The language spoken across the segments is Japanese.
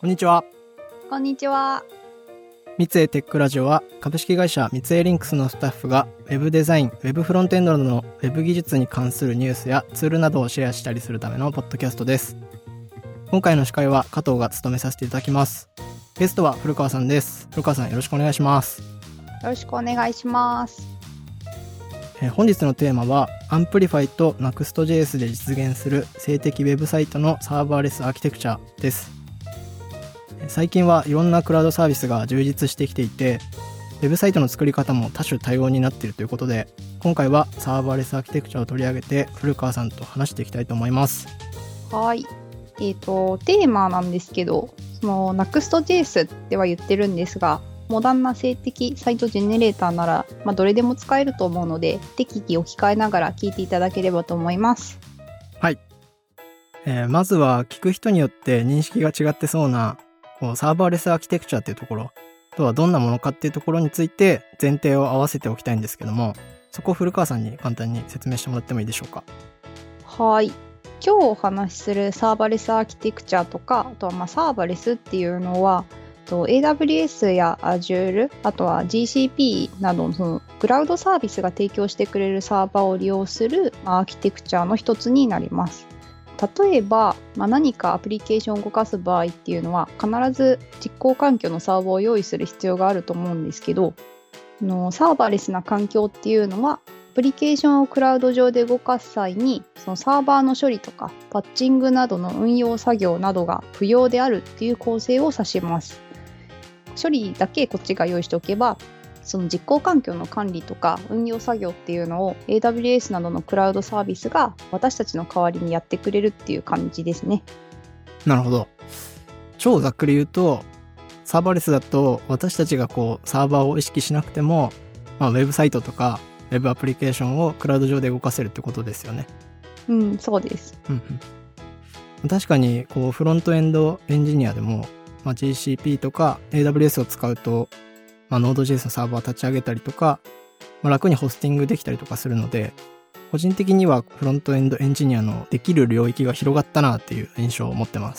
こんにちは。 こんにちは。 三井テックラジオは株式会社三井リンクスのスタッフが Web デザイン、Web フロントエンドなどの Web 技術に関するニュースやツールなどをシェアしたりするためのポッドキャストです。今回の司会は加藤が務めさせていただきます。ゲストは古川さんです。古川さん、よろしくお願いします。 よろしくお願いします。 本日のテーマは Amplify と Next.js で実現する静的ウェブサイトのサーバーレスアーキテクチャです。最近はいろんなクラウドサービスが充実してきていて、ウェブサイトの作り方も多種多様になっているということで、今回はサーバーレスアーキテクチャを取り上げて古川さんと話していきたいと思います。 はい。テーマなんですけど、その Next.js っては言ってるんですが、モダンな静的サイトジェネレーターなら、どれでも使えると思うので、適宜置き換えながら聞いていただければと思います。 はい。まずは聞く人によって認識が違ってそうなサーバーレスアーキテクチャっていうところとはどんなものかっていうところについて前提を合わせておきたいんですけども、そこを古川さんに簡単に説明してもらってもいいでしょうか。 はい。今日お話しするサーバーレスアーキテクチャとか、あとはサーバーレスっていうのはAWS や Azure、あとは GCP などのクラウドサービスが提供してくれるサーバーを利用するアーキテクチャの一つになります。例えば、何かアプリケーションを動かす場合っていうのは必ず実行環境のサーバーを用意する必要があると思うんですけど、サーバーレスな環境っていうのはアプリケーションをクラウド上で動かす際にそのサーバーの処理とかパッチングなどの運用作業などが不要であるっていう構成を指します。処理だけこっちが用意しておけば、その実行環境の管理とか運用作業っていうのを AWS などのクラウドサービスが私たちの代わりにやってくれるっていう感じですね。 なるほど。超ざっくり言うと、サーバーレスだと私たちがサーバーを意識しなくても、ウェブサイトとかウェブアプリケーションをクラウド上で動かせるってことですよね。 そうです。 確かにフロントエンドエンジニアでも、GCP とか AWS を使うとNode.js のサーバー立ち上げたりとか、楽にホスティングできたりとかするので、個人的にはフロントエンドエンジニアのできる領域が広がったなっていう印象を持ってます。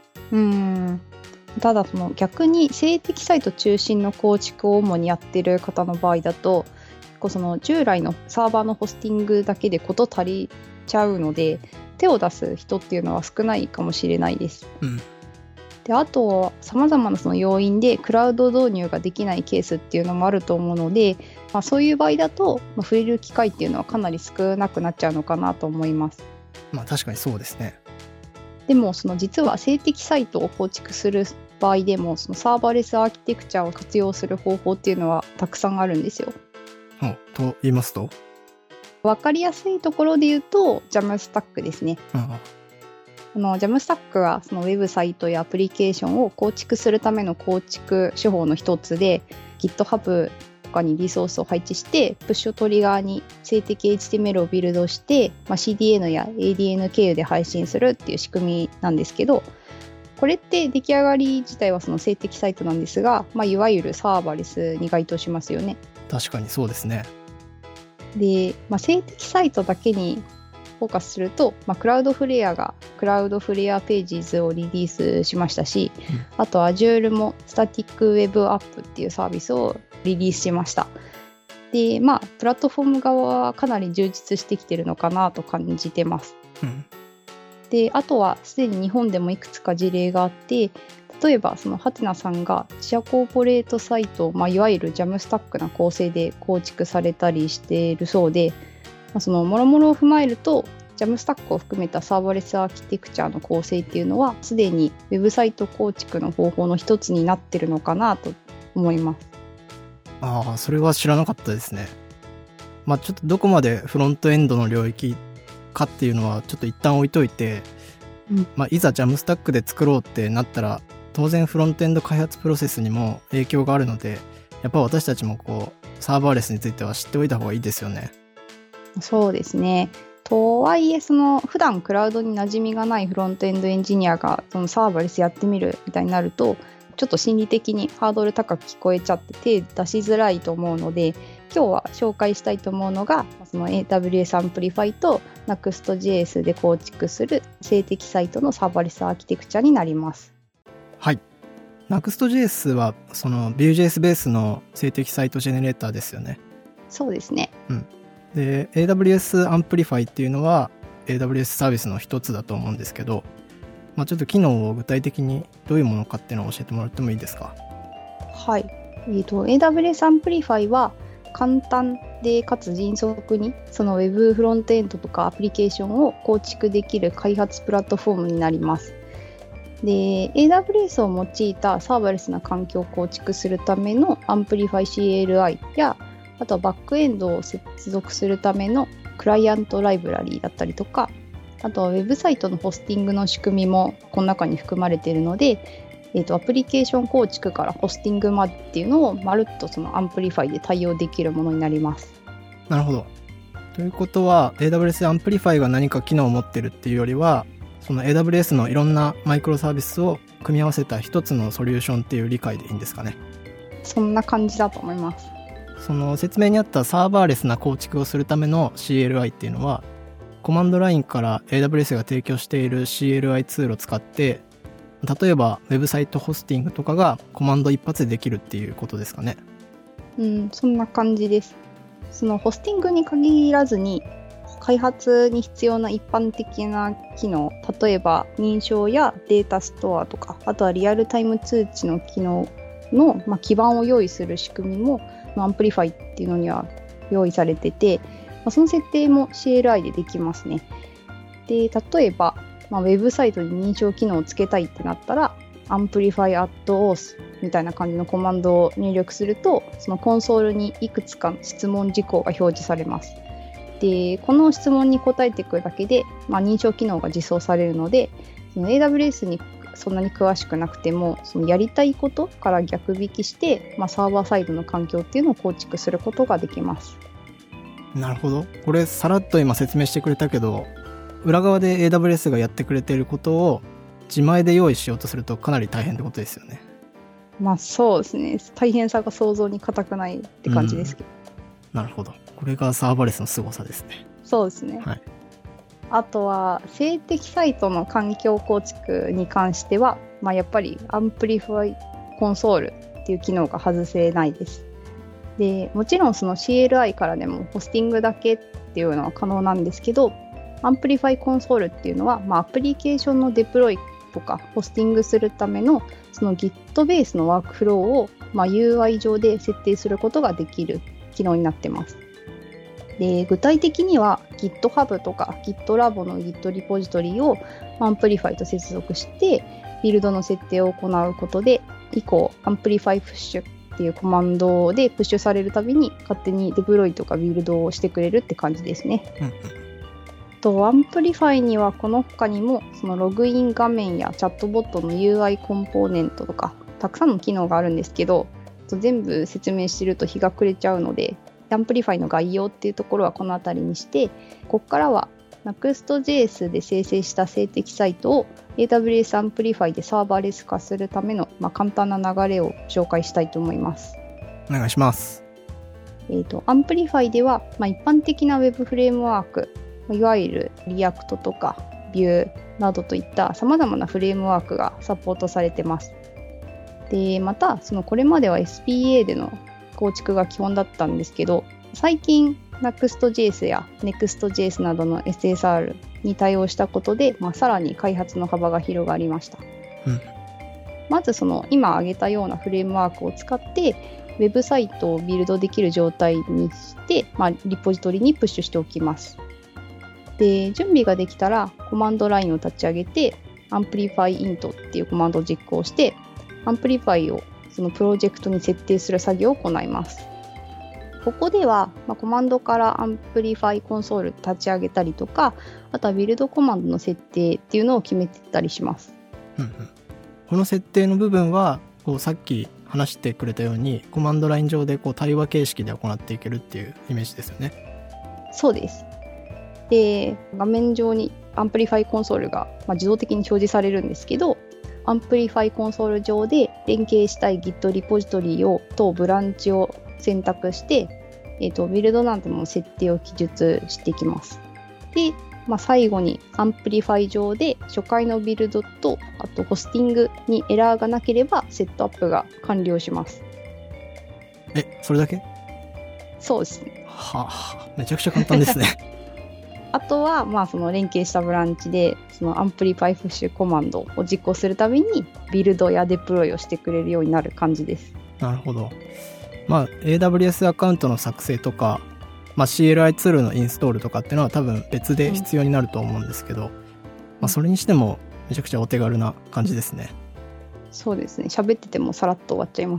ただ逆に静的サイト中心の構築を主にやっている方の場合だと、その従来のサーバーのホスティングだけで事足りちゃうので、手を出す人っていうのは少ないかもしれないです。で、あと様々なその要因でクラウド導入ができないケースっていうのもあると思うので、そういう場合だと、触れる機会っていうのはかなり少なくなっちゃうのかなと思います。 確かにそうですね。 でも実は静的サイトを構築する場合でも、そのサーバーレスアーキテクチャを活用する方法っていうのはたくさんあるんですよ。 と言いますと、 分かりやすいところで言うとJamstackですね。Jamstack はそのウェブサイトやアプリケーションを構築するための構築手法の一つで、 GitHub とかにリソースを配置してプッシュトリガーに静的 HTML をビルドして、CDN や ADN 経由で配信するっていう仕組みなんですけど、これって出来上がり自体はその静的サイトなんですが、いわゆるサーバーレスに該当しますよね。 確かにそうですね。 で、静的サイトだけにフォーカスすると、クラウドフレアがクラウドフレアページズをリリースしましたし、あと Azure もスタティックウェブアップっていうサービスをリリースしました。で、プラットフォーム側はかなり充実してきてるのかなと感じてます。で、あとはすでに日本でもいくつか事例があって、例えばそのハテナさんが自社コーポレートサイトを、いわゆるジャムスタックな構成で構築されたりしているそうで、その諸々を踏まえるとジャムスタックを含めたサーバーレスアーキテクチャの構成っていうのはすでにウェブサイト構築の方法の一つになってるのかなと思います。 それは知らなかったですね。ちょっとどこまでフロントエンドの領域かっていうのはちょっと一旦置いといて、いざジャムスタックで作ろうってなったら当然フロントエンド開発プロセスにも影響があるので、やっぱ私たちもサーバーレスについては知っておいた方がいいですよね。 そうですね。とはいえ普段クラウドに馴染みがないフロントエンドエンジニアがそのサーバーレスやってみるみたいになると、ちょっと心理的にハードル高く聞こえちゃって手出しづらいと思うので、今日は紹介したいと思うのがその AWS Amplify と Next.js で構築する静的サイトのサーバーレスアーキテクチャになります。 はい。Next.js はその Vue.js ベースの静的サイトジェネレーターですよね。 そうですね。 で、AWS Amplify っていうのは AWS サービスの一つだと思うんですけど、ちょっと機能を具体的にどういうものかっていうのを教えてもらってもいいですか？ はい。AWS Amplify は簡単でかつ迅速にその Web フロントエンドとかアプリケーションを構築できる開発プラットフォームになります。で、AWS を用いたサーバレスな環境を構築するための Amplify CLI や、あとはバックエンドを接続するためのクライアントライブラリーだったりとか、あとはウェブサイトのホスティングの仕組みもこの中に含まれているので、アプリケーション構築からホスティングまでっていうのをまるっとその Amplify で対応できるものになります。 なるほど。ということは AWS Amplify が何か機能を持ってるっていうよりは、その AWS のいろんなマイクロサービスを組み合わせた一つのソリューションっていう理解でいいんですかね？ そんな感じだと思います。 その説明にあったサーバーレスな構築をするための CLI っていうのは、コマンドラインから AWS が提供している CLI ツールを使って、例えばウェブサイトホスティングとかがコマンド一発でできるっていうことですかね？ そんな感じです。そのホスティングに限らずに開発に必要な一般的な機能、例えば認証やデータストアとか、あとはリアルタイム通知の機能の、基盤を用意する仕組みもAmplifyっていうのには用意されてて、その設定も CLI でできますね。で、例えば、ウェブサイトに認証機能をつけたいってなったら Amplify at auth みたいな感じのコマンドを入力すると、そのコンソールにいくつかの質問事項が表示されます。で、この質問に答えていくだけで、認証機能が実装されるので、その AWS にそんなに詳しくなくても、そのやりたいことから逆引きして、サーバーサイドの環境っていうのを構築することができます。 なるほど。これさらっと今説明してくれたけど、裏側で AWS がやってくれていることを自前で用意しようとするとかなり大変ってことですよね？ そうですね。大変さが想像に難くないって感じですけど。 なるほど。これがサーバレスの凄さですね。 そうですね。 はい。 あとは静的サイトの環境構築に関しては、やっぱり Amplify コンソールっていう機能が外せないです。で、もちろんその CLI からでもホスティングだけっていうのは可能なんですけど、Amplify コンソールっていうのは、アプリケーションのデプロイとかホスティングするためのその Git ベースのワークフローを、UI 上で設定することができる機能になってます。で、具体的には GitHub とか GitLab の Git リポジトリを Amplify と接続してビルドの設定を行うことで、以降 Amplify Push っていうコマンドでプッシュされるたびに勝手にデプロイとかビルドをしてくれるって感じですね。と Amplify にはこの他にもそのログイン画面やチャットボットの UI コンポーネントとかたくさんの機能があるんですけど、全部説明してると日が暮れちゃうので、Amplify の概要っていうところはこの辺りにして、ここからは Next.js で生成した静的サイトを AWS Amplify でサーバーレス化するための、簡単な流れを紹介したいと思います。 お願いします。 Amplify では、一般的な Web フレームワーク、いわゆる React とか Vue などといった様々なフレームワークがサポートされてます。で、またこれまでは SPA での構築が基本だったんですけど、最近 Next.js や Next.js などの SSR に対応したことで、さらに開発の幅が広がりました。まず今挙げたようなフレームワークを使ってウェブサイトをビルドできる状態にして、リポジトリにプッシュしておきます。で、準備ができたらコマンドラインを立ち上げて AmplifyInt っていうコマンドを実行して Amplify をそのプロジェクトに設定する作業を行います。ここでは、コマンドから Amplify コンソール立ち上げたりとか、あとはビルドコマンドの設定っていうのを決めていったりします。 この設定の部分はさっき話してくれたようにコマンドライン上で対話形式で行っていけるっていうイメージですよね？ そうです。で、画面上に Amplify コンソールが、自動的に表示されるんですけど、Amplify コンソール上で連携したい Git リポジトリとブランチを選択して、ビルドなどの設定を記述していきます。で、 最後にアンプリファイ上で初回のビルドとあとホスティングにエラーがなければセットアップが完了します。 それだけ？ そうですね。 はあ、めちゃくちゃ簡単ですね。 あとはその連携したブランチでそのアンプリファイプッシュコマンドを実行するためにビルドやデプロイをしてくれるようになる感じです。 なるほど。AWS アカウントの作成とか、CLI ツールのインストールとかっていうのは多分別で必要になると思うんですけど、それにしてもめちゃくちゃお手軽な感じですね。 そうですね。喋っててもさらっと終わっちゃいます。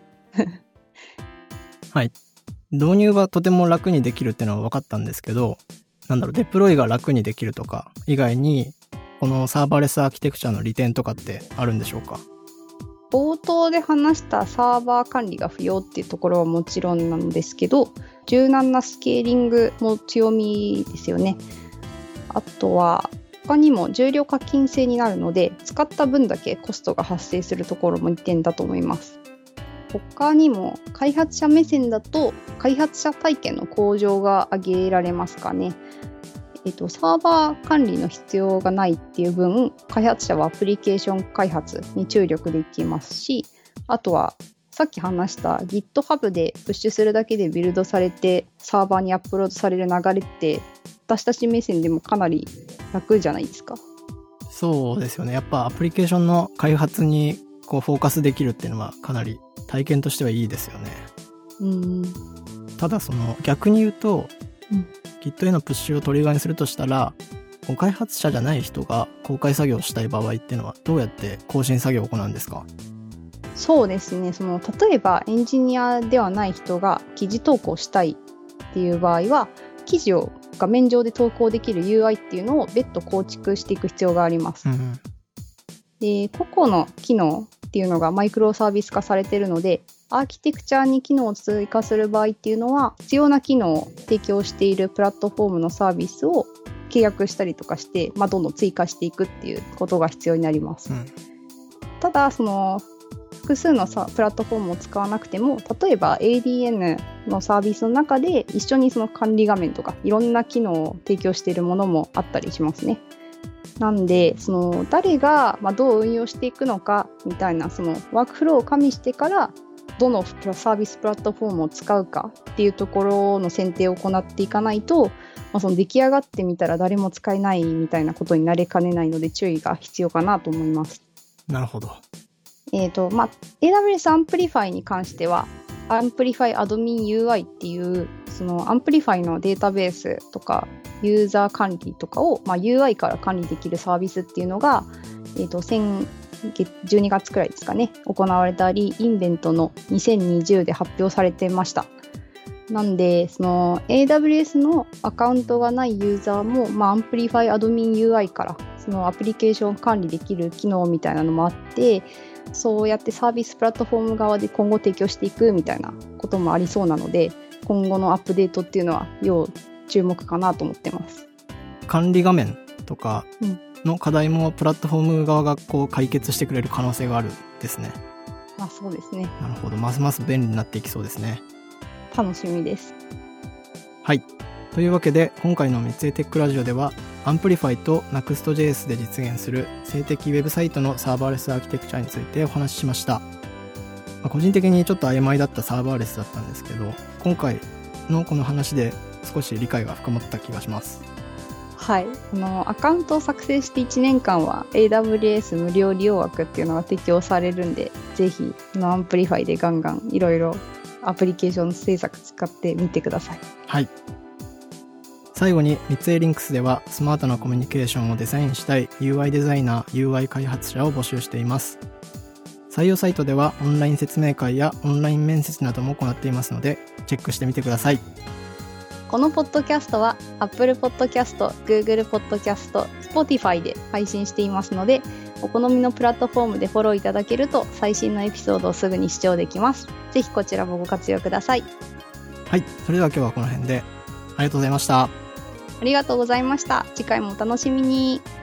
はい。導入はとても楽にできるっていうのは分かったんですけど、デプロイが楽にできるとか以外に、このサーバーレスアーキテクチャの利点とかってあるんでしょうか？ 冒頭で話したサーバー管理が不要っていうところはもちろんなんですけど、柔軟なスケーリングも強みですよね。あとは他にも重量課金制になるので、使った分だけコストが発生するところも一点だと思います。他にも開発者目線だと開発者体験の向上が挙げられますかね。サーバー管理の必要がないっていう分、開発者はアプリケーション開発に注力できますし、あとはさっき話した GitHub でプッシュするだけでビルドされてサーバーにアップロードされる流れって私たち目線でもかなり楽じゃないですか。 そうですよね。やっぱアプリケーションの開発にフォーカスできるっていうのはかなり体験としてはいいですよね。ただ逆に言うと、Git へのプッシュをトリガーにするとしたら、開発者じゃない人が公開作業をしたい場合っていうのはどうやって更新作業を行うんですか？ そうですね。例えばエンジニアではない人が記事投稿したいっていう場合は、記事を画面上で投稿できる UI っていうのを別途構築していく必要があります。で、個々の機能っていうのがマイクロサービス化されているので、アーキテクチャに機能を追加する場合っていうのは、必要な機能を提供しているプラットフォームのサービスを契約したりとかして、どんどん追加していくっていうことが必要になります。ただ、複数のプラットフォームを使わなくても、例えば ADN のサービスの中で一緒に管理画面とかいろんな機能を提供しているものもあったりしますね。なんで誰がどう運用していくのかみたいなワークフローを加味してからどのサービスプラットフォームを使うかっていうところの選定を行っていかないと、出来上がってみたら誰も使えないみたいなことになりかねないので注意が必要かなと思います。 なるほど。 AWS アンプリファイに関してはアンプリファイアドミン UI っていうアンプリファイのデータベースとかユーザー管理とかを、UI から管理できるサービスっていうのが、12月くらいですかね、行われたりインベントの2020で発表されてました。なんでAWS のアカウントがないユーザーも、アンプリファイアドミン UI からアプリケーション管理できる機能みたいなのもあって、そうやってサービスプラットフォーム側で今後提供していくみたいなこともありそうなので、今後のアップデートっていうのは要注目かなと思ってます。 管理画面とかの課題もプラットフォーム側が解決してくれる可能性があるんですね。 そうですね。 なるほど。ますます便利になっていきそうですね。 楽しみです。 はい。というわけで今回の三井テックラジオではアンプリファイと Next.js で実現する静的ウェブサイトのサーバーレスアーキテクチャについてお話ししました。個人的にちょっと曖昧だったサーバーレスだったんですけど、今回のこの話で少し理解が深まった気がします。 はい。アカウントを作成して1年間は AWS 無料利用枠っていうのが適用されるんで、ぜひアンプリファイでガンガンいろいろアプリケーション制作使ってみてください。 はい。最後に三井リンクスではスマートなコミュニケーションをデザインしたい UI デザイナー、UI 開発者を募集しています。採用サイトではオンライン説明会やオンライン面接なども行っていますのでチェックしてみてください。 このポッドキャストは Apple Podcast、Google Podcast、Spotify で配信していますので、お好みのプラットフォームでフォローいただけると最新のエピソードをすぐに視聴できます。ぜひこちらもご活用ください。 はい、それでは今日はこの辺でありがとうございました。 ありがとうございました。次回もお楽しみに。